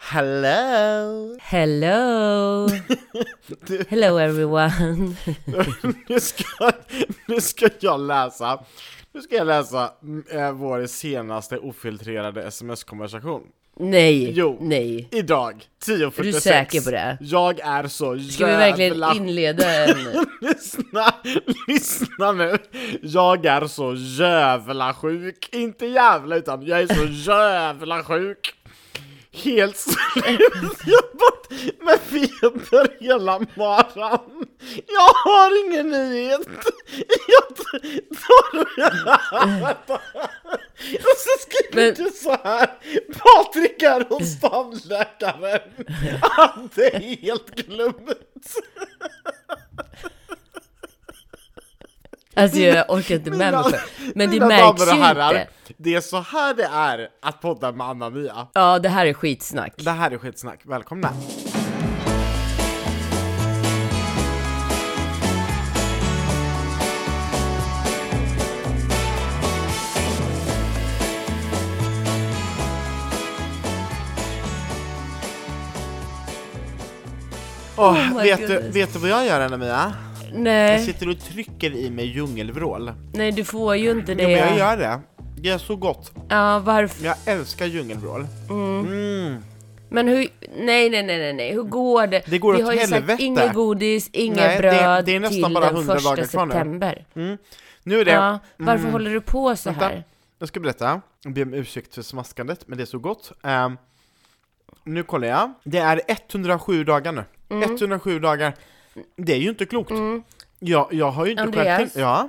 Hello. Hello. Hello everyone. nu ska jag läsa vår senaste ofiltrerade sms-konversation. Nej. Idag 10:46. Är du säker på det? Jag är så Ska vi verkligen inleda en... lyssna nu. Jag är så jävla sjuk. Inte jävla, utan jag är så jävla sjuk. Helt slut. Jag har bort med feber hela morgonen. Jag har ingen nyhet. Och så skriver du så här: Patrik är hos tandläkaren. Det är helt glömt. Alltså jag orkar inte med mig för. Men det märks ju inte. Det är så här det är att podda med Anna-Mia. Ja, det här är skitsnack. Välkomna. Vet du vad jag gör, Anna-Mia? Nej. Jag sitter och trycker i mig djungelvrål. Nej, du får ju inte det. Ja, men jag gör det. Det är så gott. Ja, varför? Jag älskar djungelvrål. Men hur... Nej. Hur går det? Det går åt helvete. Vi har ju sagt inget godis, inget bröd det är nästan till bara den 100 dagar 1 kvar september. Nu är det... Ja, varför håller du på så här? Jag ska berätta. Jag ber om ursäkt för smaskandet, men det är så gott. Nu kollar jag. Det är 107 dagar nu. 107 dagar. Det är ju inte klokt. Jag har ju inte Andreas, ja.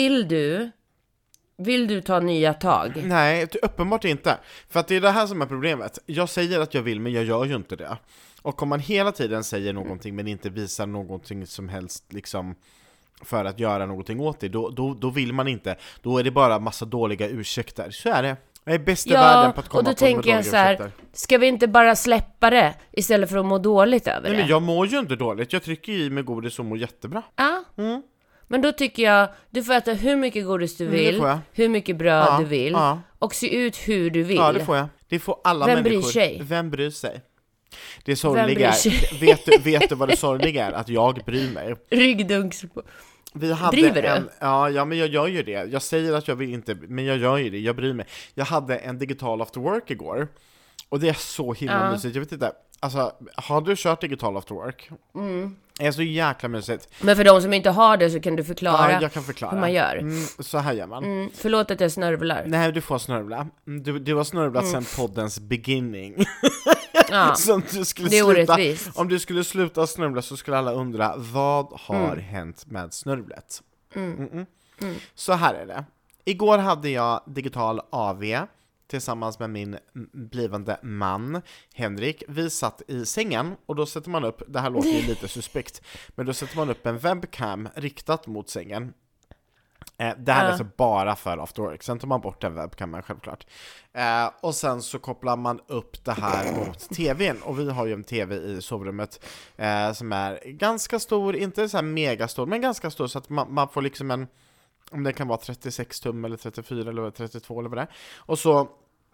Vill du ta nya tag? Nej, uppenbart inte. För att det är det här som är problemet. Jag säger att jag vill, men jag gör ju inte det. Och om man hela tiden säger någonting men inte visar någonting som helst liksom för att göra någonting åt det, då vill man inte. Då är det bara massa dåliga ursäkter. Så är det. Jag är bäst i världen på att komma och då på tänker jag så här, ursäkter. Ska vi inte bara släppa det istället för att må dåligt över det? Men jag mår ju inte dåligt. Jag trycker i mig godis och mår jättebra. Ja. Men då tycker jag, du får äta hur mycket godis du vill, hur mycket bröd du vill, och se ut hur du vill. Ja, det får jag. Det får alla Vem människor. Bryr sig? Vem bryr sig? Det sorgliga är, vet du vad det sorgliga är? Att jag bryr mig. Ryggdunks på. Driver du? Ja, men jag gör ju det. Jag säger att jag vill inte, men jag gör ju det. Jag bryr mig. Jag hade en digital after work igår. Och det är så himla mysigt. Jag vet inte. Alltså, har du kört digital after work? Det är så jäkla mysigt. Men för de som inte har det så kan du förklara, jag kan förklara hur man gör. Så här gör man. Förlåt att jag snörvlar. Nej, du får snörvla. Du har snörvlat sedan poddens beginning. Ja, Så du skulle det är sluta, orättvist. om du skulle sluta snörvla så skulle alla undra, vad har hänt med snörvlet? Så här är det. Igår hade jag digital AV tillsammans med min blivande man Henrik. Vi satt i sängen och då sätter man upp, det här låter ju lite suspekt, men då sätter man upp en webcam riktat mot sängen. Det här är alltså bara för after work. Sen tar man bort den webcamen självklart. Och sen så kopplar man upp det här mot tvn. Och vi har ju en tv i sovrummet som är ganska stor, inte så här megastor, men ganska stor, så att man får liksom en, om det kan vara 36 tum eller 34 eller 32 eller vad det är. Och så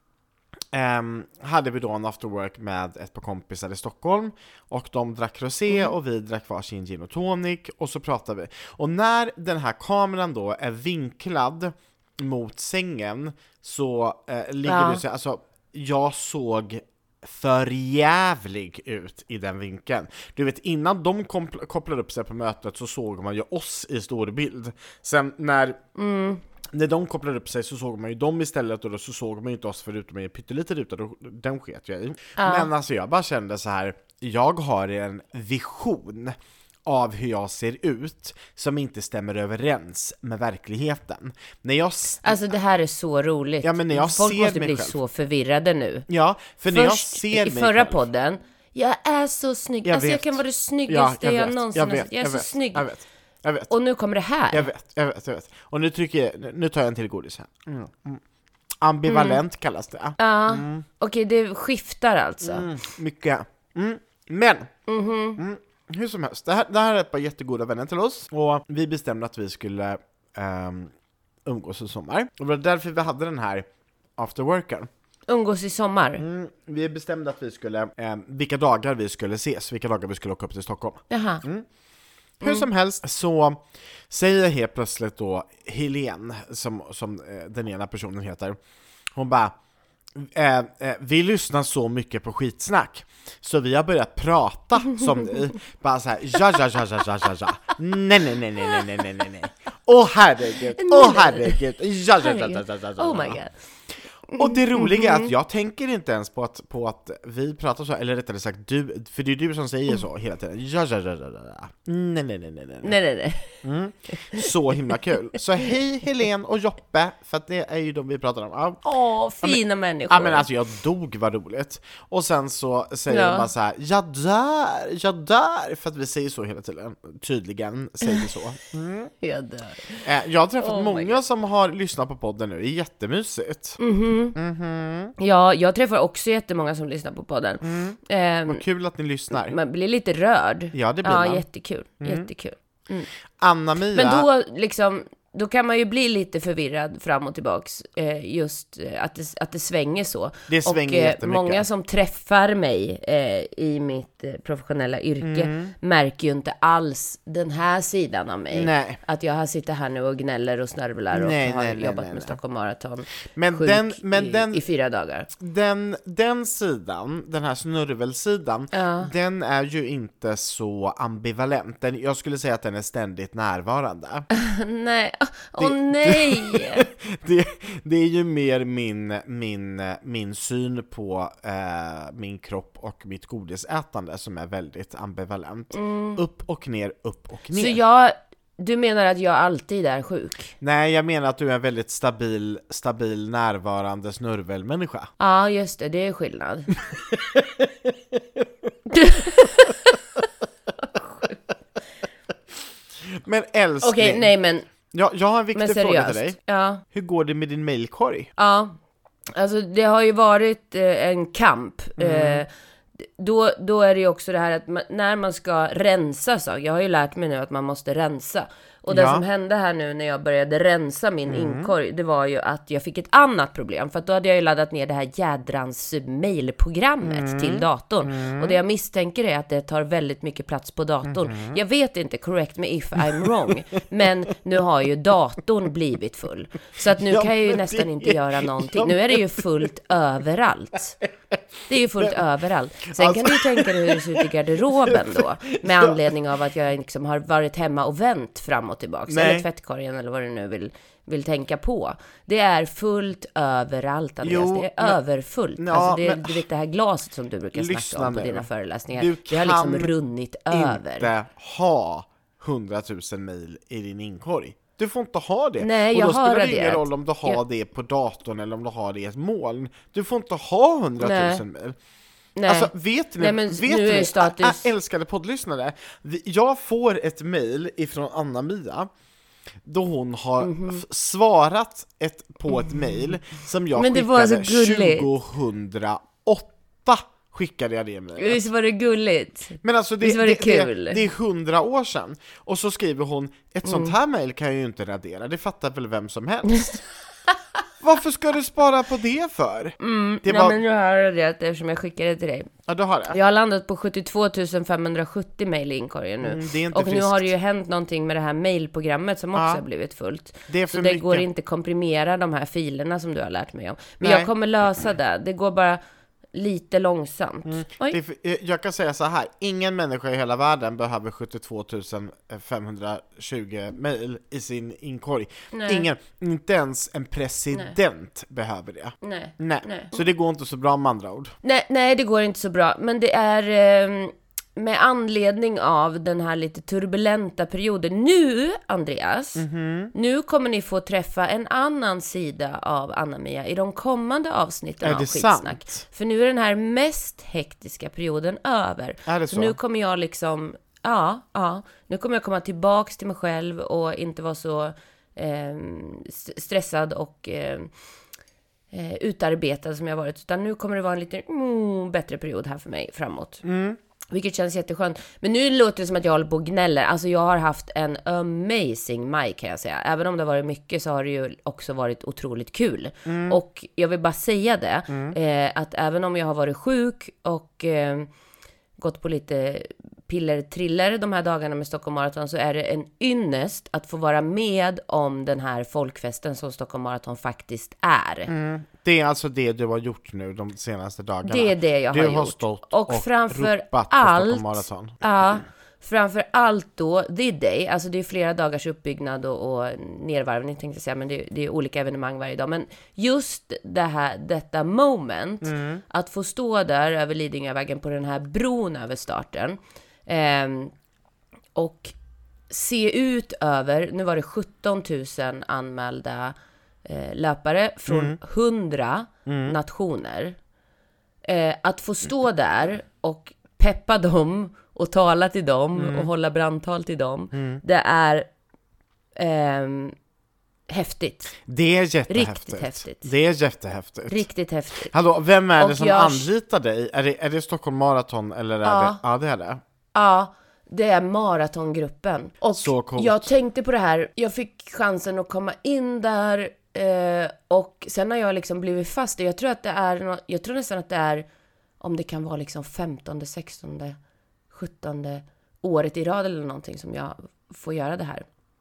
hade vi då en afterwork med ett par kompisar i Stockholm, och de drack rosé och vi drack varsin gin och tonic, och så pratade vi. Och när den här kameran då är vinklad mot sängen så ligger det så, alltså jag såg för jävlig ut i den vinkeln. Du vet, innan de kopplade upp sig på mötet så såg man ju oss i stor bild. Sen när de kopplade upp sig så såg man ju dem istället, och då så såg man ju inte oss förutom en pytteliten ruta, den sket jag i. Men alltså jag bara kände så här, jag har en vision av hur jag ser ut som inte stämmer överens med verkligheten. När jag alltså det här är så roligt. Ja, men när jag folk ser måste mig bli själv så förvirrade nu. Ja, för när jag ser i mig förra själv, podden, jag är så snygg. Jag kan vara det snyggaste jag någonsin har sett. Jag är så snygg. Jag vet. Och nu kommer det här. Jag vet. Och nu tar jag en till godis här. Ambivalent kallas det. Ja, okej, det skiftar alltså. Mycket. Men hur som helst, det här är ett par jättegoda vänner till oss, och vi bestämde att vi skulle umgås i sommar. Och det var därför vi hade den här afterworken. umgås i sommar? Vi bestämde att vi skulle, vilka dagar vi skulle ses, vilka dagar vi skulle åka upp till Stockholm. Jaha. Hur som helst så säger helt plötsligt då Helene, som den ena personen heter, hon bara, vi lyssnar så mycket på skitsnack så vi har börjat prata som ni, bara så här, ja. Nej. Åh herregud. Ja. Oh my god. Och det roliga är att jag tänker inte ens på att vi pratar så, eller rättare sagt du, för det är du som säger så hela tiden. Ja. Nej. Så himla kul. Så hej Helene och Joppe, för att det är ju de vi pratar om. Fina människor. Ja men alltså jag dog, vad roligt. Och sen så säger jag bara så här, jag dör, för att vi säger så hela tiden. Tydligen säger vi så. Jag dör. Jag har träffat många som har lyssnat på podden nu. Det är jättemysigt. Ja, jag träffar också jättemånga som lyssnar på podden. Vad kul att ni lyssnar. Man blir lite rörd. Ja, det blir man. Jättekul. Jättekul. Anna-Mia. Men då liksom, då kan man ju bli lite förvirrad fram och tillbaks, just att det svänger så. Det svänger jättemycket. Många som träffar mig i mitt professionella yrke märker ju inte alls den här sidan av mig. Nej. Att jag sitter här nu och gnäller och snörvlar och har jobbat med Stockholm Marathon i 4 dagar. Den sidan, den här snurvelsidan, den är ju inte så ambivalent. Jag skulle säga att den är ständigt närvarande. Nej. Nej! Det är ju mer min syn på min kropp och mitt godisätande som är väldigt ambivalent. Upp och ner. Så du menar att jag alltid är sjuk? Nej, jag menar att du är en väldigt stabil närvarande snurvelmänniska. Ja, just det är skillnad. Men älskling. Okej, nej men jag har en viktig fråga till dig. Ja. Hur går det med din mailkorg? Ja, alltså det har ju varit en kamp. Då är det ju också det här att när man ska rensa saker. Jag har ju lärt mig nu att man måste rensa. Och det som hände här nu när jag började rensa min inkorg, det var ju att jag fick ett annat problem. För att då hade jag ju laddat ner det här jädrans mailprogrammet till datorn. Och det jag misstänker är att det tar väldigt mycket plats på datorn. Jag vet inte, correct me if I'm wrong. Men nu har ju datorn blivit full. Så att nu kan jag ju nästan inte göra någonting. Nu är det ju fullt överallt. Det är ju fullt överallt. Sen kan du ju tänka dig hur det ser ut i garderoben då. Med anledning av att jag liksom har varit hemma och vänt fram och tillbaka. Eller tvättkorgen eller vad du nu vill tänka på. Det är fullt överallt, Andreas. Det är överfullt. Alltså du vet det här glaset som du brukar snacka om på dina föreläsningar. Det har liksom runnit över. Inte ha 100 000 mejl i din inkorg. Du får inte ha det. Nej, och jag då spelar har det ingen roll om du har det på datorn eller om du har det i ett moln. Du får inte ha 100 000 mejl. Nej. Alltså vet ni älskade poddlyssnare, jag får ett mejl ifrån Anna-Mia då hon har svarat på ett mejl som jag skickade 2008. Skickade jag det mejlet. Visst var det gulligt? Men alltså det är kul. Det är 100 år sedan. Och så skriver hon, ett sånt här mejl kan jag ju inte radera. Det fattar väl vem som helst. Varför ska du spara på det för? Men nu har jag det eftersom jag skickade det till dig. Ja, du har det. Jag har landat på 72 570 mejl i inkorgen nu. Det är inte och nu har det ju hänt någonting med det här mejlprogrammet som också har blivit fullt. Så det går inte komprimera de här filerna som du har lärt mig om. Men jag kommer lösa det. Det går bara lite långsamt. Jag kan säga så här, ingen människa i hela världen behöver 72 520 mejl i sin inkorg. Ingen, inte ens en president behöver det. Nej. Så det går inte så bra med andra ord. Nej, det går inte så bra. Men det är med anledning av den här lite turbulenta perioden. Nu, Andreas, nu kommer ni få träffa en annan sida av Anna-Mia i de kommande avsnitten av Skitsnack. Sant? För nu är den här mest hektiska perioden över. Är det så? Nu kommer jag liksom, nu kommer jag komma tillbaks till mig själv och inte vara så stressad och utarbetad som jag varit. Utan nu kommer det vara en lite bättre period här för mig framåt. Vilket känns jätteskönt. Men nu låter det som att jag håller på och gnäller. Alltså jag har haft en amazing maj kan jag säga. Även om det har varit mycket så har det ju också varit otroligt kul. Och jag vill bara säga det. Att även om jag har varit sjuk och gått på lite piller-triller de här dagarna med Stockholm Marathon, så är det en ynnest att få vara med om den här folkfesten som Stockholm Marathon faktiskt är. Det är alltså det du har gjort nu de senaste dagarna. Det är det jag har gjort. Du har stått och framför ropat allt, på Stockholm Marathon. Ja, framför allt då the day, alltså det är flera dagars uppbyggnad och nervarvning tänkte jag säga, men det är olika evenemang varje dag, men just detta moment att få stå där över Lidingövägen på den här bron över starten och se ut över, nu var det 17 000 anmälda löpare från 100 nationer, att få stå där och peppa dem och tala till dem och hålla brandtal till dem. Det är häftigt. Det är jättehäftigt. Riktigt häftigt. Det är jättehäftigt. Riktigt häftigt. Hallå, vem är det Och som anlitar dig? Är det Stockholm Marathon eller är det? Ja, det är det. Ja, det är maratongruppen. Och så coolt. Jag tänkte på det här. Jag fick chansen att komma in där och sen har jag liksom blivit fast. Jag tror nästan att det är, om det kan vara liksom 15, 16, 17 året i rad eller någonting som jag får göra det här.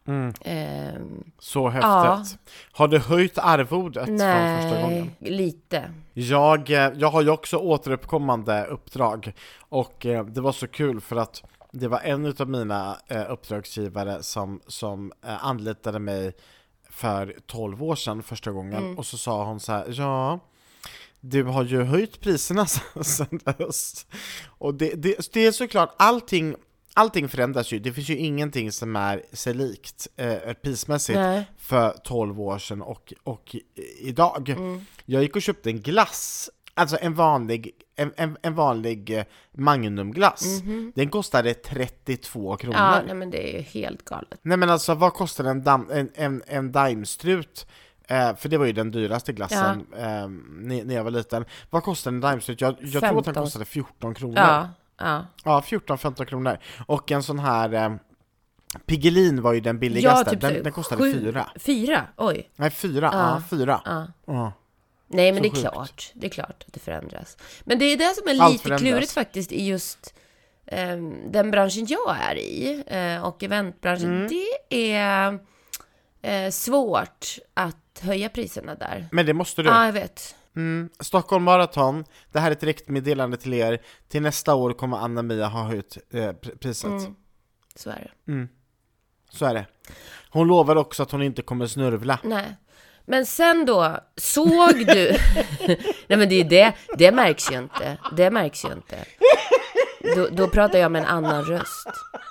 Så häftigt. Ja. Har du höjt arvodet från första gången? Lite. Jag har ju också återuppkommande uppdrag och det var så kul för att det var en av mina uppdragsgivare som anlitade mig för 12 år sedan första gången och så sa hon så här: ja, du har ju höjt priserna sen dess. Och det är såklart, allting förändras ju. Det finns ju ingenting som är sig likt prismässigt för 12 år sedan och idag. Jag gick och köpte en glass, alltså en vanlig Magnumglass. Den kostade 32 kronor. Ja, nej, men det är helt galet. Nej, men alltså vad kostar en daimstrut? För det var ju den dyraste glassen när jag var liten. Vad kostar en daimstrut? Jag tror att den kostade 14 kronor. Ja, 14-15 kronor. Och en sån här Piggelin var ju den billigaste. Typ den kostade 4. 4? Oj. Nej, 4. 4. Nej, men det är klart. Det är klart att det förändras. Men det är det som är lite klurigt faktiskt i just den branschen jag är i. Och eventbranschen. Det är svårt att höja priserna där. Men det måste du. Ja, jag vet. Stockholm Marathon, det här är ett riktmeddelande till er. Till nästa år kommer Anna-Mia ha höjt priset. Så är det. Så är det. Hon lovar också att hon inte kommer snurvla. Nej. Men sen då, såg du... Nej, men det märks ju inte. Det märks ju inte. Då pratar jag med en annan röst.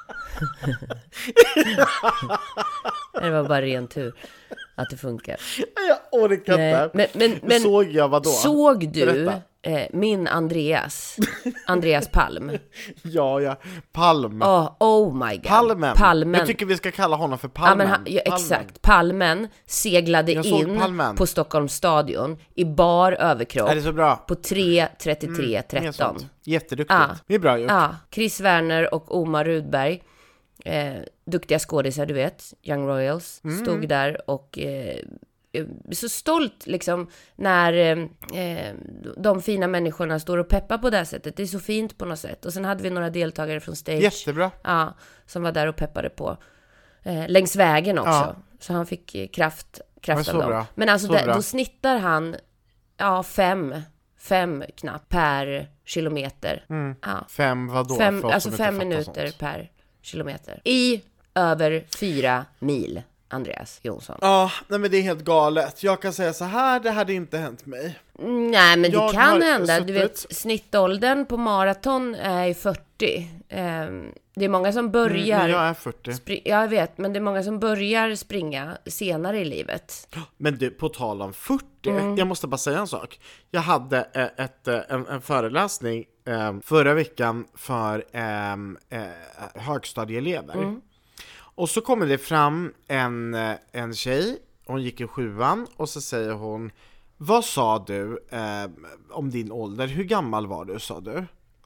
Det var bara ren tur att det funkar. Jag orkar inte. Men såg jag vad då? Såg du min Andreas Palm? Ja, Palm. Oh my god. Palmen. Jag tycker vi ska kalla honom för Palmen. Ja, exakt. Palmen seglade in på Stockholms stadion i bar överkropp. Är det så bra? På 3:33:13. Jätteduktigt. Det är bra gjort. Ja, Chris Werner och Omar Rudberg, duktiga skådisar, du vet, Young Royals, stod där och så stolt liksom när de fina människorna står och peppar på det här sättet. Det är så fint på något sätt. Och sen hade vi några deltagare från stage. Jättebra. Ja, som var där och peppade på längs vägen också. Ja. Så han fick kraft av dem. Bra. Men alltså då snittar han 5 knappt per kilometer. Ja. 5 vadå? 5 minuter per kilometer. I över 4 mil. Andreas Jonsson. Ja, nej men det är helt galet. Jag kan säga så här, det hade inte hänt mig. Nej, men det kan hända. Du vet, snittåldern på maraton är 40. Det är många som börjar... Men jag är 40. Jag vet, men det är många som börjar springa senare i livet. Men du, på tal om 40, jag måste bara säga en sak. Jag hade en föreläsning förra veckan för högstadieelever. Och så kommer det fram en tjej, hon gick i 7:an och så säger hon: vad sa du om din ålder? Hur gammal var du, sa du?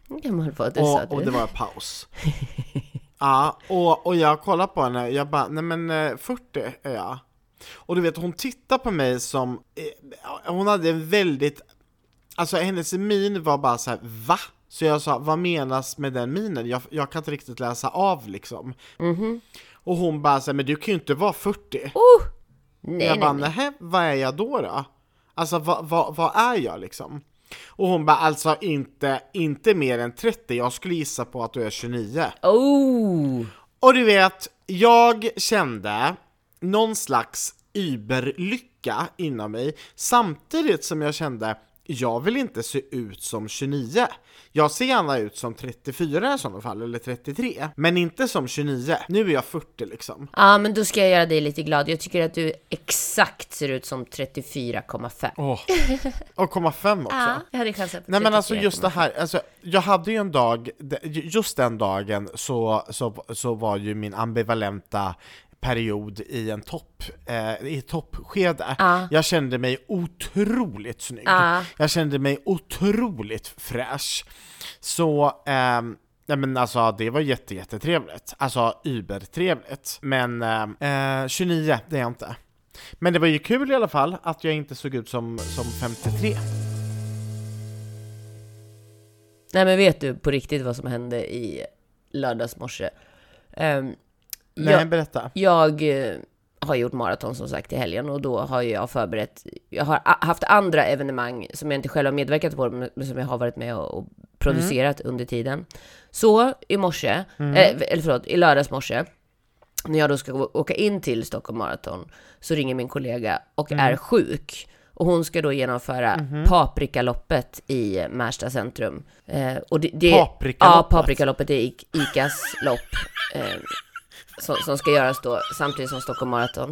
Gammal var det, sa du. Och det var paus. Ja, och jag kollar på henne. Jag bara, nej men 40 är jag. Och du vet, hon tittar på mig som... hon hade en väldigt... Alltså hennes min var bara så här, va? Så jag sa, vad menas med den minen? Jag kan inte riktigt läsa av liksom. Och hon bara så här, men du kan ju inte vara 40. Nej, jag bara, nej, vad är jag då? Alltså, vad är jag liksom? Och hon bara, alltså inte mer än 30. Jag skulle gissa på att du är 29. Och du vet, jag kände någon slags überlycka inom mig, samtidigt som jag kände, jag vill inte se ut som 29. Jag ser gärna ut som 34 i sådana fall, eller 33. Men inte som 29. Nu är jag 40 liksom. Ja, men då ska jag göra dig lite glad. Jag tycker att du exakt ser ut som 34,5. Och 0,5 också. Ja, jag hade chansen på 33,5. Nej men alltså just det här, alltså, jag hade ju en dag, just den dagen så var ju min ambivalenta period i en toppskede. Jag kände mig otroligt snygg. Jag kände mig otroligt fräsch. Så nej men alltså det var jättetrevligt. Alltså übertrevligt. Men 29 det är jag inte. Men det var ju kul i alla fall att jag inte såg ut som 53. Nej men vet du på riktigt vad som hände i lördagsmorse? Nej, berätta. Jag har gjort maraton som sagt i helgen, och då har jag förberett, jag har haft andra evenemang som jag inte själv har medverkat på, men som jag har varit med och producerat under tiden. Så i morse, i lördagsmorse, när jag då ska åka in till Stockholm Marathon, så ringer min kollega och är sjuk. Och hon ska då genomföra Paprikaloppet i Märsta centrum. Och Paprikaloppet är Icas lopp. Som ska göras då samtidigt som Stockholm Marathon.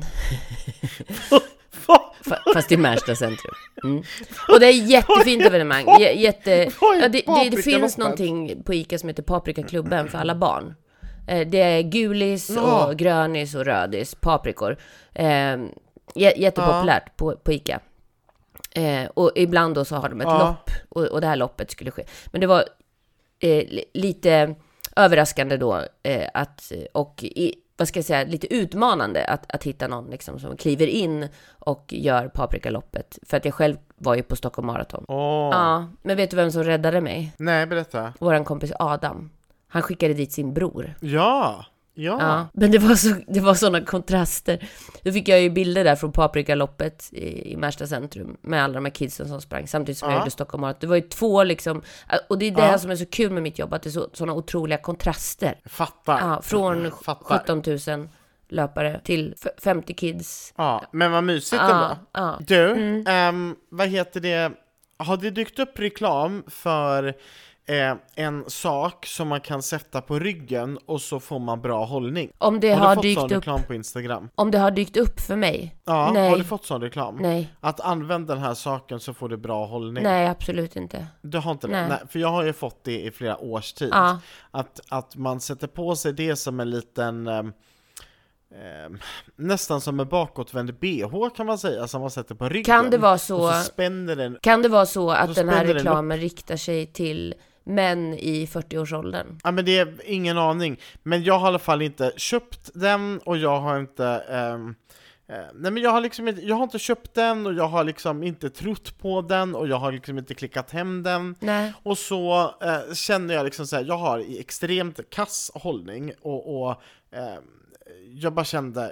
Fast i Märsta centrum. Och det är jättefint evenemang. Det finns någonting på Ica som heter Paprikaklubben för alla barn. Det är gulis och grönis och rödis, paprikor. Jättepopulärt på Ica. Och ibland då så har de ett lopp, och det här loppet skulle ske. Men det var lite överraskande då vad ska jag säga, lite utmanande att hitta någon liksom som kliver in och gör Paprikaloppet, för att jag själv var ju på Stockholm Marathon. Ja, men vet du vem som räddade mig? Nej, berätta. Våran kompis Adam. Han skickade dit sin bror. Ja. Men det var såna kontraster. Då fick jag ju bilder där från Paprikaloppet i Märsta centrum med alla de här kidsen som sprang samtidigt som jag gjorde Stockholm Marathon. Det var ju 2 liksom, och det är det som är så kul med mitt jobb, att det är såna otroliga kontraster. Fattar. Från 17 000 löpare till 50 kids. Ja, men vad mysigt ändå. Du, vad heter det? Har det dykt upp reklam för en sak som man kan sätta på ryggen och så får man bra hållning? Om det har dykt upp reklam på Instagram. Om det har dykt upp för mig? Ja, nej. Har du fått sån reklam? Nej. Att använda den här saken så får du bra hållning? Nej, absolut inte. Du har inte det? Nej, för jag har ju fått det i flera års tid. Att man sätter på sig det som en liten nästan som en bakåtvänd BH kan man säga, som man sätter på ryggen. Kan det vara så, kan det vara så att den här reklamen riktar sig till män i 40-årsåldern? Ja, men det är ingen aning. Men jag har i alla fall inte köpt den, och jag har inte nej, men jag har inte köpt den, och jag har liksom inte trott på den, och jag har liksom inte klickat hem den. Nej. Och så känner jag liksom så här, jag har i extremt kass hållning, och jag bara kände,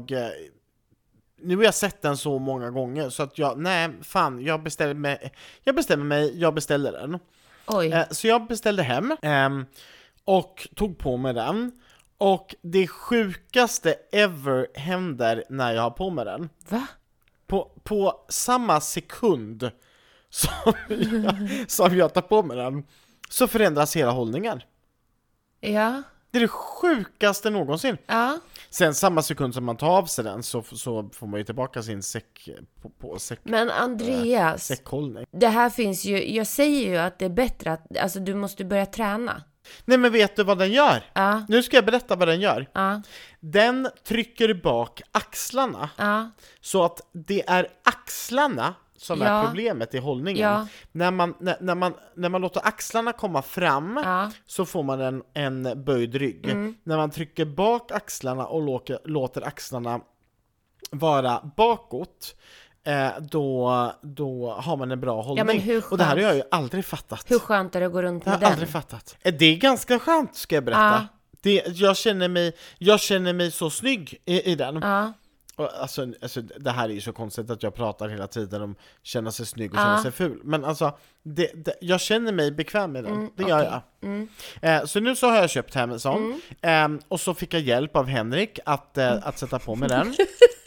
nu har jag sett den så många gånger så att jag bestämmer mig, jag beställer den. Oj. Så jag beställde hem och tog på mig den, och det sjukaste ever händer när jag har på mig den. Va? På samma sekund som jag tar på mig den, så förändras hela hållningen. Ja. Det är det sjukaste någonsin. Ja. Sen samma sekund som man tar av sig den så får man ju tillbaka sin säck. Men Andreas, säckhållning. Det här finns ju, jag säger ju att det är bättre att, alltså du måste börja träna. Nej, men vet du vad den gör? Ja. Nu ska jag berätta vad den gör. Ja. Den trycker bak axlarna. Ja. Så att det är axlarna som är problemet i hållningen. Ja. När man låter axlarna komma fram så får man en böjd rygg. När man trycker bak axlarna och låter axlarna vara bakåt, då har man en bra hållning. Men och det här har jag ju aldrig fattat. Hur skönt är det att gå runt med den? Jag har aldrig fattat. Det är ganska skönt, ska jag berätta. Jag känner mig så snygg i den. Alltså, det här är ju så konstigt att jag pratar hela tiden om känna sig snygg och känna sig ful. Men alltså, jag känner mig bekväm med den. Det gör jag. Så nu så har jag köpt hem en sån. Och så fick jag hjälp av Henrik att sätta på mig den.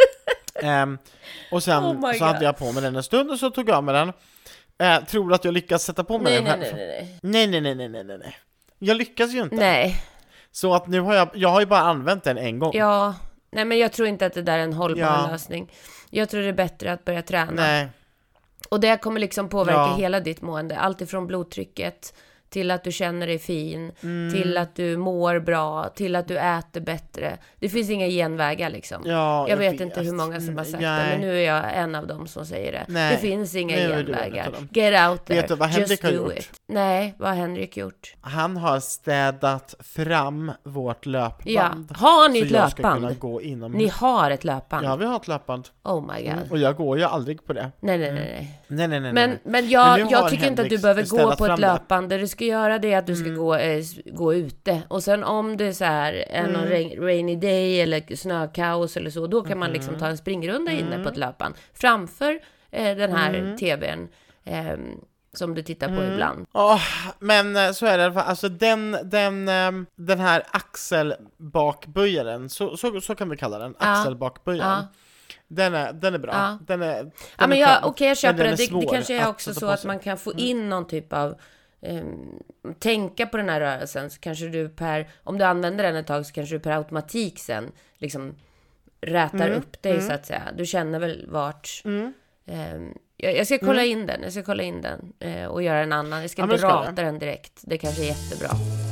Och sen så hade jag på mig den en stund och så tog jag med den. Tror du att jag lyckas sätta på mig den här? Nej. Jag lyckas ju inte. Nej. Så att nu har jag har ju bara använt den en gång. Ja. Nej, men jag tror inte att det där är en hållbar lösning. Jag tror det är bättre att börja träna. Nej. Och det kommer liksom påverka hela ditt mående. Allt ifrån blodtrycket till att du känner dig fin, till att du mår bra, till att du äter bättre. Det finns inga genvägar liksom. Jag vet inte hur många som har sagt det, men nu är jag en av dem som säger det. Nej. Det finns inga genvägar. Get out there. Vet du vad Henrik har gjort? Nej, vad har Henrik gjort? Han har städat fram vårt löpband. Ja. Har ni ett löpband? Så jag ska kunna löpband? gå inom... Ni har ett löpband? Ja, vi har ett löpband. Oh my god. Och jag går ju aldrig på det. Nej. Nej. Men jag tycker inte att du behöver gå på ett löpband. Det du ska göra det är att du ska gå ute. Och sen om det är så här en rainy day eller snökaos eller så, då kan man liksom ta en springrunda inne på ett löpband. Framför den här tvn som du tittar på ibland. Men så är det. Alltså den här axelbakböjaren, så kan vi kalla den. Axelbakböjaren. Den är bra. Men jag köper det. Det kanske är också så att man kan få in någon typ av tänka på den här rörelsen, så kanske du om du använder den ett tag, så kanske du per automatik sen liksom rätar upp dig så att säga. Du känner väl vart jag ska kolla in den. Jag ska kolla in den och göra en annan. Jag ska inte rata den direkt. Det kanske är jättebra.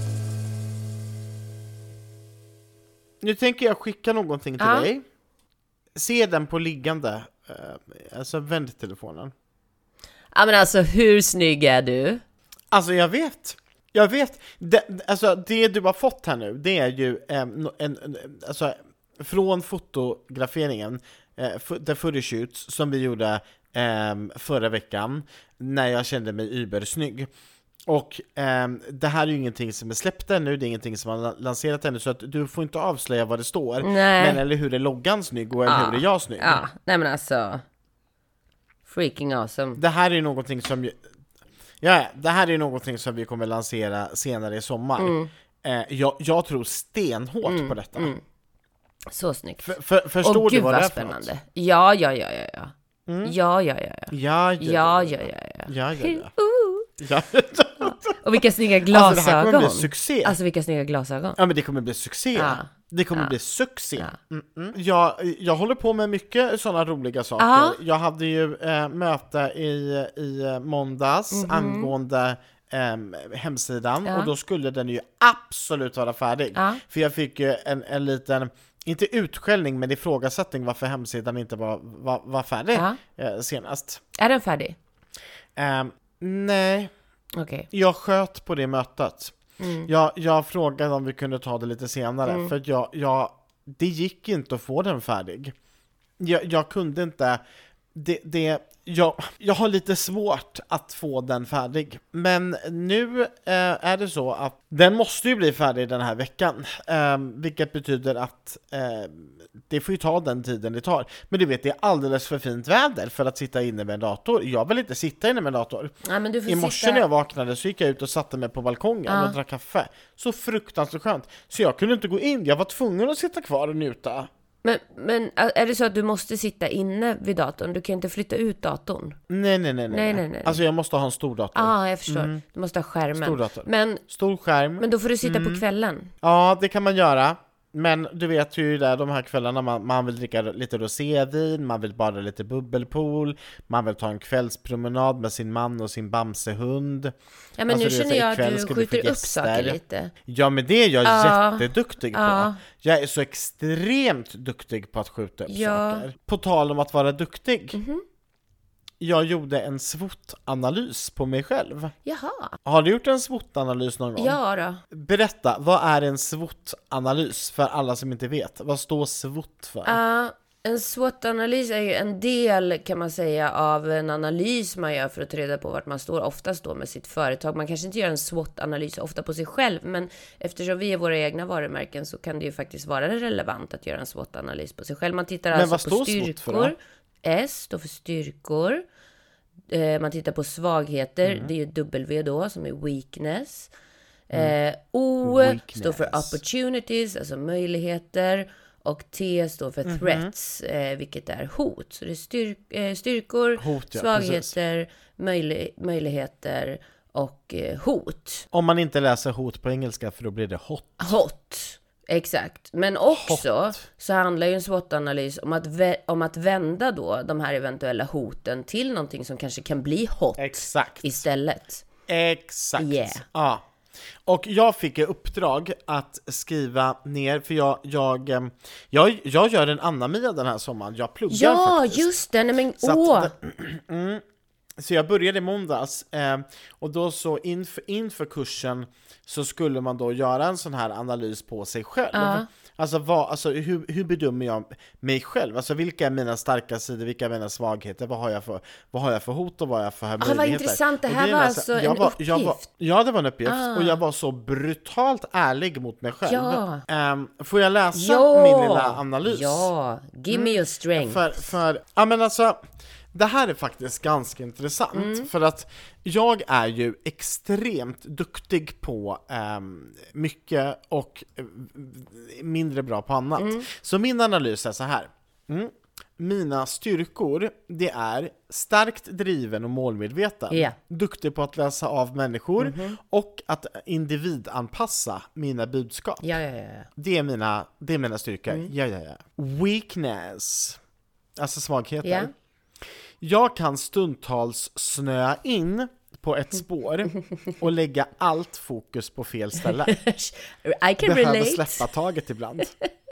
Nu tänker jag skicka någonting till dig. Se den på liggande. Alltså vänd telefonen. Ja, men alltså hur snygg är du? Alltså jag vet. Det du har fått här nu, det är ju alltså från fotograferingen, the photoshoots som vi gjorde förra veckan när jag kände mig übersnygg. Och det här är ju ingenting som är släppt ännu, det är ingenting som har lanserat ännu, så att du får inte avslöja vad det står. Nej. Men eller hur är loggan snygg och eller hur är jag snygg? Ja, nej men alltså freaking awesome. Det här är någonting som det här är någonting som vi kommer lansera senare i sommar. Jag tror stenhårt på detta. Så snyggt. Förstår du vad det är för något? Ja. Och vilka snygga glasögon. Alltså det här kommer bli succé. Alltså vilka snygga glasögon. Ja, men det kommer bli succé. Det kommer bli succé. Jag håller på med mycket sådana roliga saker. Jag hade ju möte i måndags angående hemsidan. Och då skulle den ju absolut vara färdig. För jag fick ju en liten, inte utskällning, men ifrågasättning varför hemsidan inte var färdig senast. Är den färdig? Nej. Okay. Jag sköt på det mötet. Jag frågade om vi kunde ta det lite senare. För att det gick inte att få den färdig. Jag kunde inte. Jag har lite svårt att få den färdig. Men nu är det så att den måste ju bli färdig den här veckan. Vilket betyder att det får ju ta den tiden det tar. Men du vet, det är alldeles för fint väder för att sitta inne med en dator. Jag vill inte sitta inne med en dator. Ja, men du får I morse när jag vaknade så gick jag ut och satte mig på balkongen och drack kaffe. Så fruktansvärt skönt. Så jag kunde inte gå in. Jag var tvungen att sitta kvar och njuta. Men är det så att du måste sitta inne vid datorn? Du kan inte flytta ut datorn? Nej. Alltså jag måste ha en stor dator. Jag förstår. Du måste ha skärmen. Stor dator. Stor skärm. Men då får du sitta på kvällen. Ja, det kan man göra. Men du vet ju där de här kvällarna man vill dricka lite rosévin, man vill bada lite bubbelpool, man vill ta en kvällspromenad med sin man och sin bamsehund. Ja, men alltså, nu känner jag att du skjuter upp saker lite. Ja, men det är jag jätteduktig på. Jag är så extremt duktig på att skjuta upp saker. På tal om att vara duktig. jag gjorde en SWOT-analys på mig själv. Jaha. Har du gjort en SWOT-analys någon gång? Ja då. Berätta, vad är en SWOT-analys för alla som inte vet? Vad står SWOT för? En SWOT-analys är ju en del, kan man säga, av en analys man gör för att ta reda på vart man står, oftast då med sitt företag. Man kanske inte gör en SWOT-analys ofta på sig själv, men eftersom vi är våra egna varumärken så kan det ju faktiskt vara relevant att göra en SWOT-analys på sig själv. Man tittar Men alltså på styrkor. S står för styrkor. Man tittar på svagheter, det är ju W då, som är weakness. O står för opportunities, alltså möjligheter. Och T står för threats, vilket är hot. Så det är styrkor, hot, svagheter, möjligheter och hot. Om man inte läser hot på engelska, för då blir det hot. Hot, exakt. Men också så handlar ju en SWOT-analys om att vända då de här eventuella hoten till någonting som kanske kan bli hot istället. Exakt. Yeah. Ja. Och jag fick ett uppdrag att skriva ner, för jag gör en Anna-Mia den här sommaren. Jag pluggar faktiskt. Ja, just det. Nej, men, så jag började i måndags, och då så inför kursen så skulle man då göra en sån här analys på sig själv. Alltså hur bedömer jag mig själv? Alltså vilka är mina starka sidor, vilka är mina svagheter, vad har jag för hot och vad har jag för möjligheter? Vad intressant, det här var alltså en uppgift. Ja, det var en uppgift, och jag var så brutalt ärlig mot mig själv. Får jag läsa min lilla analys? Ja, give me your strength. Ja, men alltså, det här är faktiskt ganska intressant, för att jag är ju extremt duktig på mycket och mindre bra på annat. Så min analys är så här. Mina styrkor, det är starkt driven och målmedveten. Duktig på att läsa av människor och att individanpassa mina budskap. Det är mina styrkor. Weakness, alltså svagheter. Jag kan stundtals snöa in på ett spår och lägga allt fokus på fel ställe. I can behöver relate. Släppa taget ibland.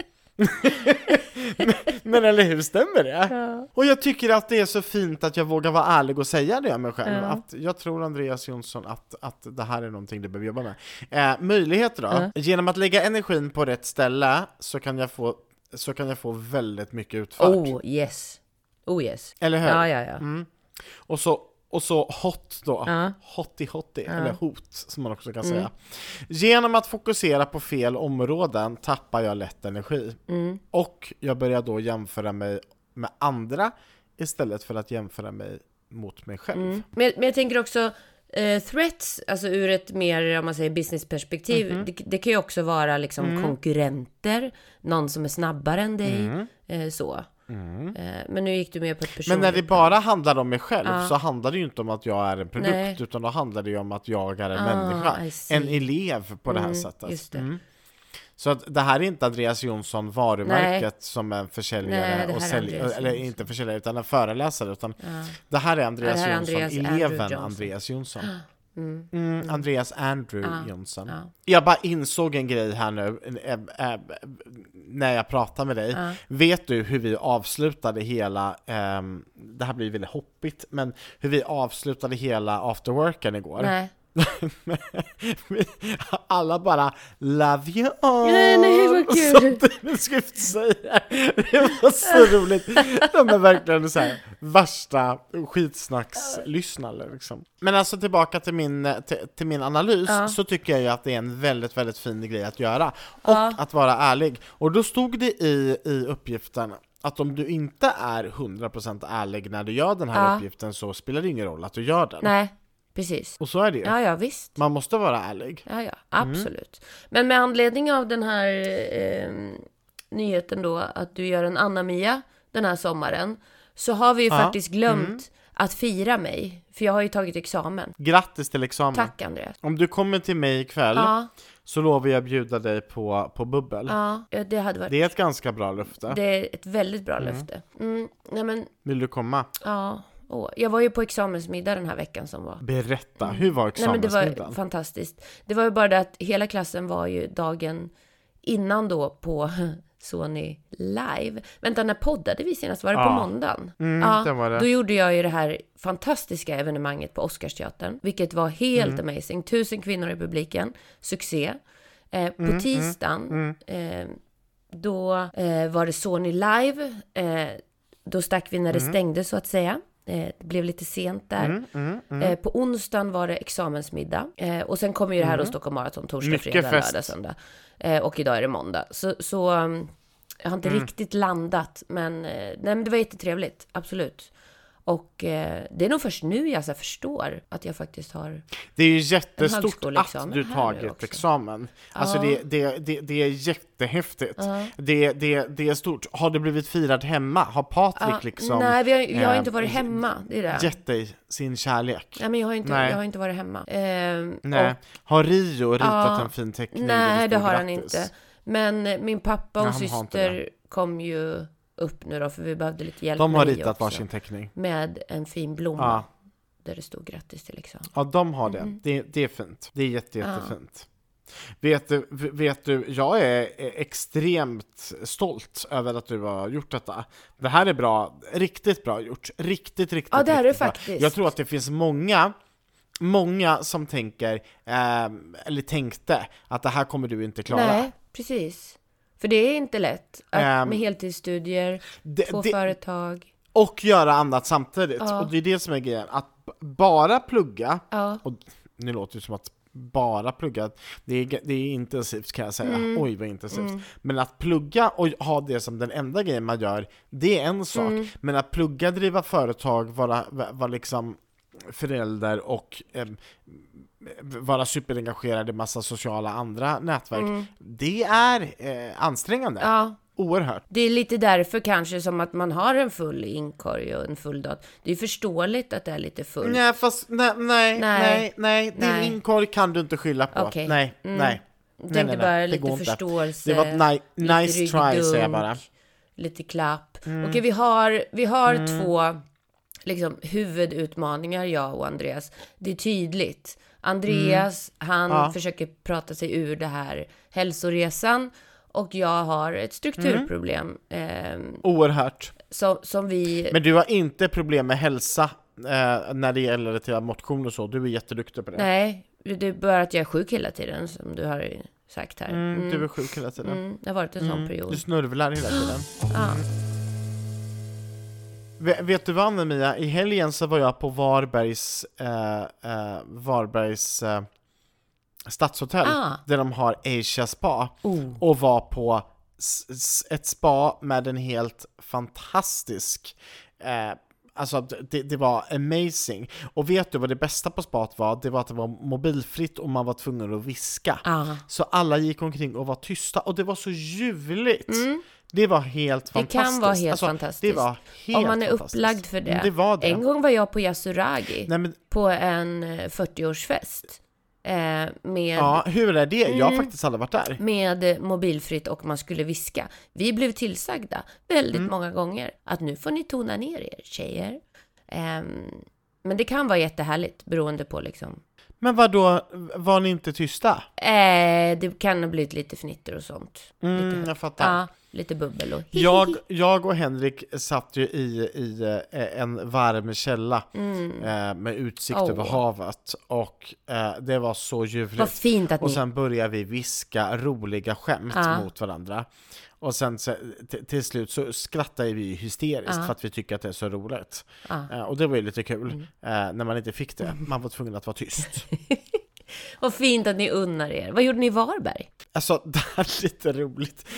men eller hur, stämmer det? Ja. Och jag tycker att det är så fint att jag vågar vara ärlig och säga det om mig själv. Att jag tror, Andreas Jonsson, att det här är någonting du behöver jobba med. Möjligheter då? Genom att lägga energin på rätt ställe så kan jag få väldigt mycket utfört. Oh yes. Eller hur? Ja. Och så hot då. Hotty, eller hot som man också kan säga. Genom att fokusera på fel områden tappar jag lätt energi. Och jag börjar då jämföra mig med andra istället för att jämföra mig mot mig själv. Men jag tänker också threats, alltså ur ett mer, om man säger, businessperspektiv, det kan ju också vara liksom konkurrenter, någon som är snabbare än dig, så. Men nu gick du med på ett personligt. Men när det bara handlar om mig själv så handlar det ju inte om att jag är en produkt, utan då handlar det ju om att jag är en människa, en elev på det här sättet. Just det. Så att det här är inte Andreas Jonsson varumärket som en försäljare och eller inte försäljare utan en föreläsare, utan det här är Andreas Jonsson, eleven Andreas Jonsson. Andreas Andrew Jonsson. Jag bara insåg en grej här nu när jag pratade med dig. Vet du hur vi avslutade hela det här blir väldigt hoppigt, men hur vi avslutade hela afterworken igår? Nej. Alla bara love you all. Nej, vad kul. Det var så roligt. De är verkligen så här värsta skitsnackslyssnare liksom. Men alltså tillbaka till min analys, så tycker jag ju att det är en väldigt, väldigt fin grej att göra och att vara ärlig. Och då stod det i uppgiften att om du inte är 100% ärlig när du gör den här uppgiften, så spelar det ingen roll att du gör den. Nej. Precis. Och så är det ju. Ja, visst. Man måste vara ärlig. Ja, absolut. Men med anledning av den här nyheten då, att du gör en Anna-Mia den här sommaren, så har vi ju faktiskt glömt att fira mig. För jag har ju tagit examen. Grattis till examen. Tack, Andreas. Om du kommer till mig ikväll så lovar jag bjuda dig på bubbel. Ja, det hade varit... Det är ett ganska bra löfte. Det är ett väldigt bra löfte. Nej, men... Vill du komma? Ja. Jag var ju på examensmiddag den här veckan som var. Berätta, hur var examensmiddagen? Nej, men det var fantastiskt. Det var ju bara det att hela klassen var ju dagen innan då på Sony Live. Vänta, när poddade vi senast? Var det på måndagen? Det var det. Då gjorde jag ju det här fantastiska evenemanget på Oscarsteatern, vilket var helt amazing. 1000 kvinnor i publiken. Succé. På tisdagen då var det Sony Live. Då stack vi när det stängde, så att säga. Det blev lite sent där. På onsdagen var det examensmiddag. Och sen kommer ju det här då Stockholm Marathon, torsdag, fredag, lördag, söndag. Och idag är det måndag. Så jag har inte riktigt landat. Men det var jättetrevligt, absolut. Och det är nog först nu jag så förstår att jag faktiskt har. Det är ju jättestort att du tagit examen. Alltså det är jättehäftigt. Det är stort. Har du blivit firad hemma? Har Patrik liksom? Nej, jag har inte varit hemma. Det är det. Gett dig sin kärlek? Nej, men jag har inte varit hemma. Nej. Har Rio ritat en fin teckning? Nej, det har han inte. Men min pappa och syster kom ju upp nu då, för vi behövde lite hjälp. De har ritat varsin teckning. Med en fin blomma. Där det stod grattis till examen. Ja, de har det. Det är fint. Det är jättefint. Vet du, jag är extremt stolt över att du har gjort detta. Det här är bra, riktigt bra gjort. Riktigt ja, det är det bra. faktiskt. Jag tror att det finns många som tänker, eller tänkte, att det här kommer du inte klara. Nej, precis. För det är inte lätt att med heltidsstudier, få företag. Och göra annat samtidigt. Och det är det som är grejen. Att bara plugga, och nu låter det som att bara plugga, det är intensivt, kan jag säga. Oj, vad intensivt. Men att plugga och ha det som den enda grejen man gör, det är en sak. Men att plugga, driva företag, vara liksom förälder och vara superengagerad i massa sociala andra nätverk, det är ansträngande. Ja. Oerhört. Det är lite därför kanske som att man har en full inkorg och en full dag. Det är förståeligt att det är lite full. Nej, fast nej. Din inkorg kan du inte skylla på. Okay. Nej. Jag tänkte bara lite förståelse. Det var ett nice try, säger jag bara. Lite klapp. Okej, vi har två liksom huvudutmaningar, jag och Andreas. Det är tydligt. Andreas, han försöker prata sig ur det här hälsoresan. Och jag har ett strukturproblem. Oerhört. Som vi... Men du har inte problem med hälsa när det gäller till motion och så. Du är jätteduktig på det. Nej, det är bara att jag är sjuk hela tiden, som du har sagt här. Du är sjuk hela tiden. Det har varit en sån period. Du snurvlar hela tiden. Ja. Vet du vad, Anna-Mia? I helgen så var jag på Varbergs stadshotell, där de har Asia Spa, och var på ett spa med en helt fantastisk alltså det var amazing. Och vet du vad det bästa på spat var? Det var att det var mobilfritt och man var tvungen att viska. Så alla gick omkring och var tysta, och det var så ljuvligt. Det var helt fantastiskt. Det kan vara helt fantastiskt. Det var helt om man är upplagd för det. Det var det. En gång var jag på Yasuragi på en 40-årsfest. Hur är det? Jag har faktiskt aldrig varit där. Med mobilfritt, och man skulle viska. Vi blev tillsagda väldigt många gånger att nu får ni tona ner er, tjejer. Men det kan vara jättehärligt beroende på liksom. Men vadå, var ni inte tysta? Det kan ha blivit lite fnitter och sånt. Jag fattar. Ja, lite bubbel och jag och Henrik satt ju i en varm källa med utsikt över havet, och det var så ljuvligt. Vad fint att och sen började vi viska roliga skämt mot varandra. Och sen till slut så skrattar vi hysteriskt för att vi tycker att det är så roligt. Och det var ju lite kul när man inte fick det. Man var tvungen att vara tyst. Vad fint att ni unnar er. Vad gjorde ni i Varberg? Alltså, det här är lite roligt.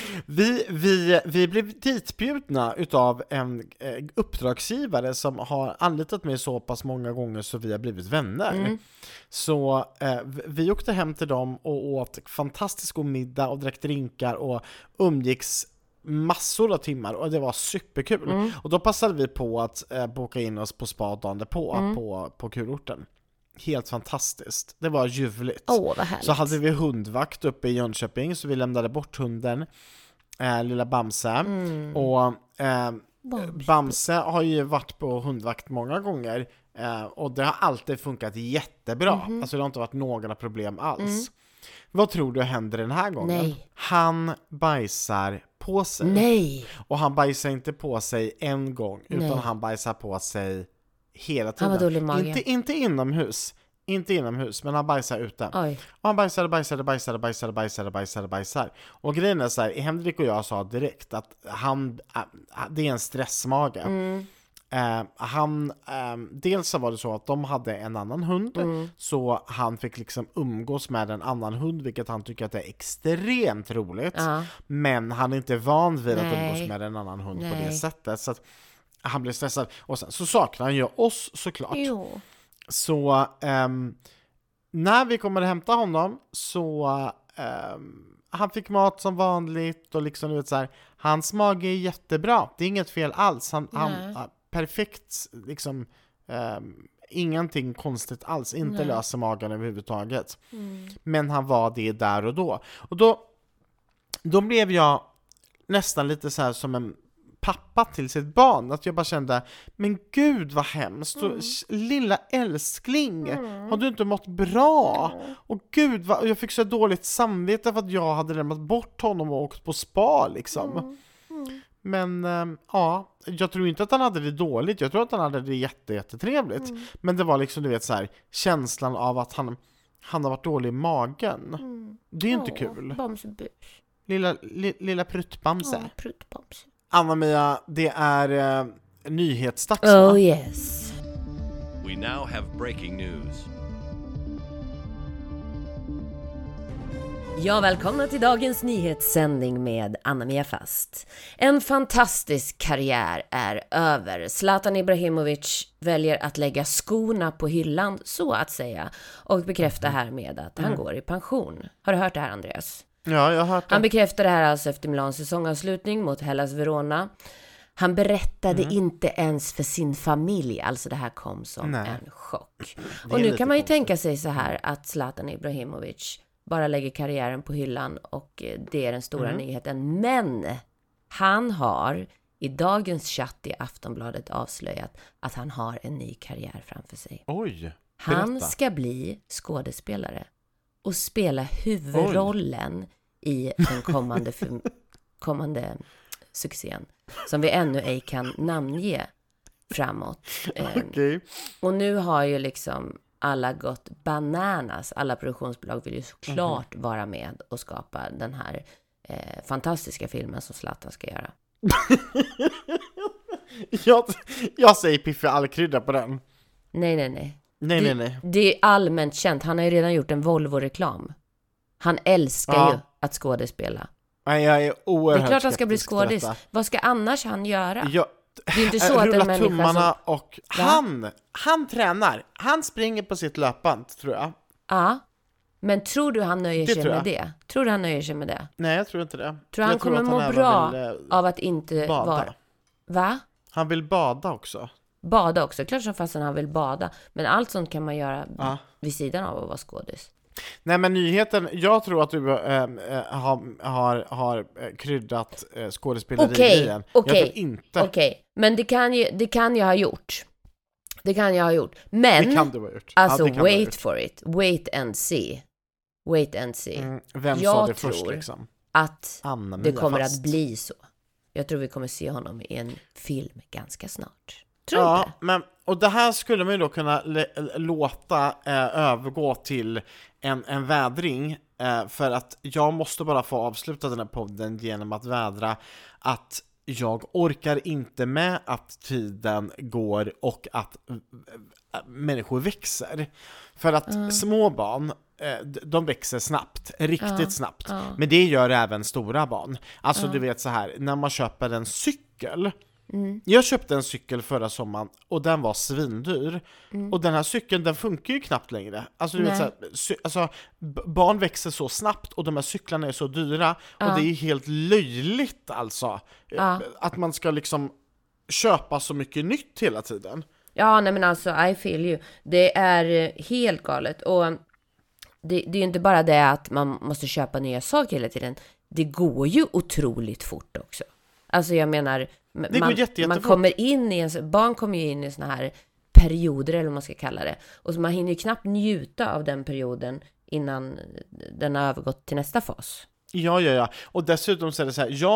Vi blev ditbjudna utav en uppdragsgivare som har anlitat mig så pass många gånger så vi har blivit vänner. Så vi åkte hem till dem och åt fantastisk god middag och drack drinkar och umgicks massor av timmar, och det var superkul. Och då passade vi på att boka in oss på spa dagen på kurorten. Helt fantastiskt. Det var ljuvligt. Vad härligt. Så hade vi hundvakt uppe i Jönköping, så vi lämnade bort hunden, lilla Bamse. Och Bamse har ju varit på hundvakt många gånger, och det har alltid funkat jättebra. Alltså det har inte varit några problem alls. Vad tror du händer den här gången? Nej. Han bajsar på sig. Nej! Och han bajsar inte på sig en gång, utan Nej. han bajsar på sig hela tiden. Han var dålig i magen. Inte inomhus. Inte inomhus, men han bajsar ute. Oj. Och han bajsar. Och grejen är så här, Henrik och jag sa direkt att det är en stressmage. Dels så var det så att de hade en annan hund, så han fick liksom umgås med en annan hund, vilket han tycker att det är extremt roligt. Men han är inte van vid att umgås med en annan hund på det sättet, så att han blir stressad. Och sen så saknar han ju oss såklart. Jo. Så när vi kommer att hämta honom så han fick mat som vanligt och liksom, du vet, så här, hans mage är jättebra. Det är inget fel alls. Han perfekt liksom, ingenting konstigt alls. Inte löser magen överhuvudtaget. Men han var det där och då. Och då blev jag nästan lite så här som en pappa till sitt barn, att jag bara kände, men gud vad hemskt, lilla älskling, har du inte mått bra? Och gud vad, jag fick så dåligt samvete för att jag hade lämnat bort honom och åkt på spa liksom. Men ja, jag tror inte att han hade det dåligt, jag tror att han hade det jättetrevligt. Men det var liksom, du vet, så här, känslan av att han har varit dålig i magen. Det är inte kul. Lilla pruttbamse. Pruttbamse. Anna-Mia, det är nyhetsdags. Oh yes. We now have breaking news. Ja, välkomna till dagens nyhetssändning med Anna-Mia Fast. En fantastisk karriär är över. Zlatan Ibrahimovic väljer att lägga skorna på hyllan, så att säga, och bekräfta härmed att han går i pension. Har du hört det här, Andreas? Ja, jag har hört det. Han bekräftade det här alltså efter Milans säsongavslutning mot Hellas Verona. Han berättade inte ens för sin familj, alltså det här kom som en chock. Och nu kan man ju tänka sig så här att Zlatan Ibrahimovic bara lägger karriären på hyllan och det är den stora nyheten. Men han har i dagens chatt i Aftonbladet avslöjat att han har en ny karriär framför sig. Oj, berätta. Han ska bli skådespelare och spela huvudrollen i den kommande succén som vi ännu ej kan namnge framåt. Okay. Och nu har ju liksom alla gått bananas. Alla produktionsbolag vill ju såklart vara med och skapa den här fantastiska filmen som Zlatan ska göra. jag säger Piffi Allkrydda på den. Nej. Nej. Det är allmänt känt. Han har ju redan gjort en Volvo-reklam. Han älskar ju att skådespela. Nej, jag är oerhört. Det är klart han ska bli skådis. Vad ska annars han göra? Det är inte så att en människa tummarna som... och han tränar. Han springer på sitt löpband, tror jag. Ja. Men tror du han nöjer sig med det? Tror du han nöjer sig med det? Nej, jag tror inte det. Tror han kommer må bra av att inte bada. vara... Va? Han vill bada också. Bada också. Klart som fastän han vill bada. Men allt sånt kan man göra vid sidan av att vara skådis. Nej, men nyheten, jag tror att du har kryddat skådespeleriet. Okej. Men det kan jag ha gjort. Men det kan du ha gjort. Alltså, wait for it. Wait and see. Vem sa det först liksom? Att det kommer att bli så. Jag tror vi kommer se honom i en film ganska snart. Tror inte? Men, och det här skulle man ju då kunna låta övergå till en vädring, för att jag måste bara få avsluta den här podden genom att vädra att jag orkar inte med att tiden går och att människor växer. För att små barn, de växer snabbt, riktigt snabbt. Men det gör även stora barn. Alltså du vet så här, när man köper en cykel. Jag köpte en cykel förra sommaren och den var svindyr. Och den här cykeln, den funkar ju knappt längre. Alltså du vet så här, barn växer så snabbt och de här cyklarna är så dyra. Och det är helt löjligt alltså. Att man ska liksom köpa så mycket nytt hela tiden. Ja, nej men alltså, I feel you. Det är helt galet. Och det är ju inte bara det att man måste köpa nya saker hela tiden. Det går ju otroligt fort också. Alltså jag menar, man kommer in i barn kommer ju in i såna här perioder, eller vad man ska kalla det. Och så man hinner ju knappt njuta av den perioden innan den har övergått till nästa fas. Ja. Och dessutom så är det så här,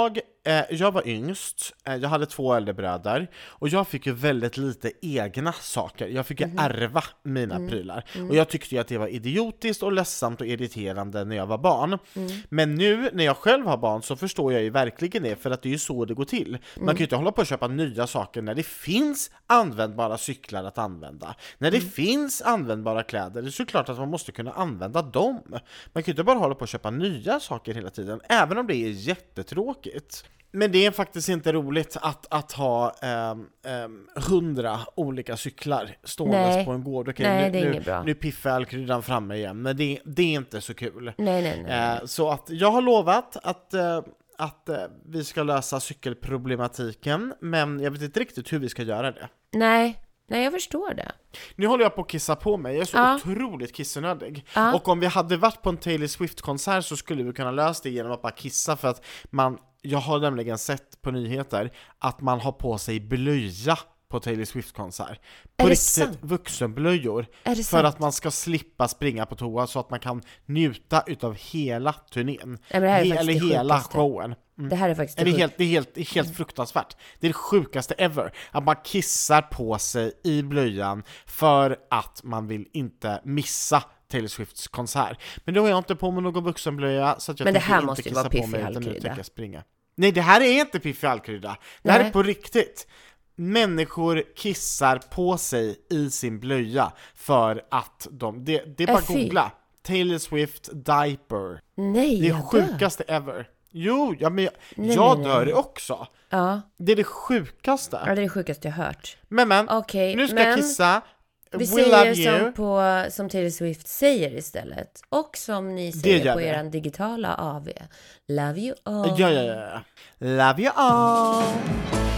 jag var yngst, jag hade 2 äldre bröder och jag fick ju väldigt lite egna saker. Jag fick ju ärva mina prylar. Och jag tyckte ju att det var idiotiskt och ledsamt och irriterande när jag var barn. Men nu när jag själv har barn så förstår jag ju verkligen det, för att det är ju så det går till. Man kan ju inte hålla på att köpa nya saker när det finns användbara cyklar att använda. När det finns användbara kläder, det är såklart att man måste kunna använda dem. Man kan ju inte bara hålla på att köpa nya saker hela tiden, även om det är jättetråkigt. Men det är faktiskt inte roligt att ha 100 olika cyklar stående på en gård. Okej, nej, det är inget bra. Nu piffar alkryddan framme igen, men det är inte så kul. Nej. Så att jag har lovat att vi ska lösa cykelproblematiken, men jag vet inte riktigt hur vi ska göra det. Nej, jag förstår det. Nu håller jag på att kissa på mig. Jag är så otroligt kissnödig. Och om vi hade varit på en Taylor Swift-konsert så skulle vi kunna lösa det genom att bara kissa, för att jag har nämligen sett på nyheter att man har på sig blöja på Taylor Swift-konsert. På riktigt, vuxenblöjor. För att man ska slippa springa på toa, så att man kan njuta utav hela turnén. Eller hela showen. Det här är faktiskt det är helt fruktansvärt. Det är det sjukaste ever. Att man kissar på sig i blöjan för att man vill inte missa Taylor Swifts konsert. Men då har jag inte på mig någon vuxenblöja, så att jag inte kissa på mig, utan nu tänker jag springa. Nej, det här är inte piffig allkrydda. Det här är på riktigt. Människor kissar på sig i sin blöja för att det är bara googla Taylor Swift diaper. Nej, det är sjukaste ever. Jo, men jag dör också. Ja. Det är det sjukaste. Ja, det är det sjukaste jag hört. Men okay, nu ska jag kissa. Vi säger som Taylor Swift säger istället. Och som ni säger på er digitala AV. Love you all. Ja. Love you all.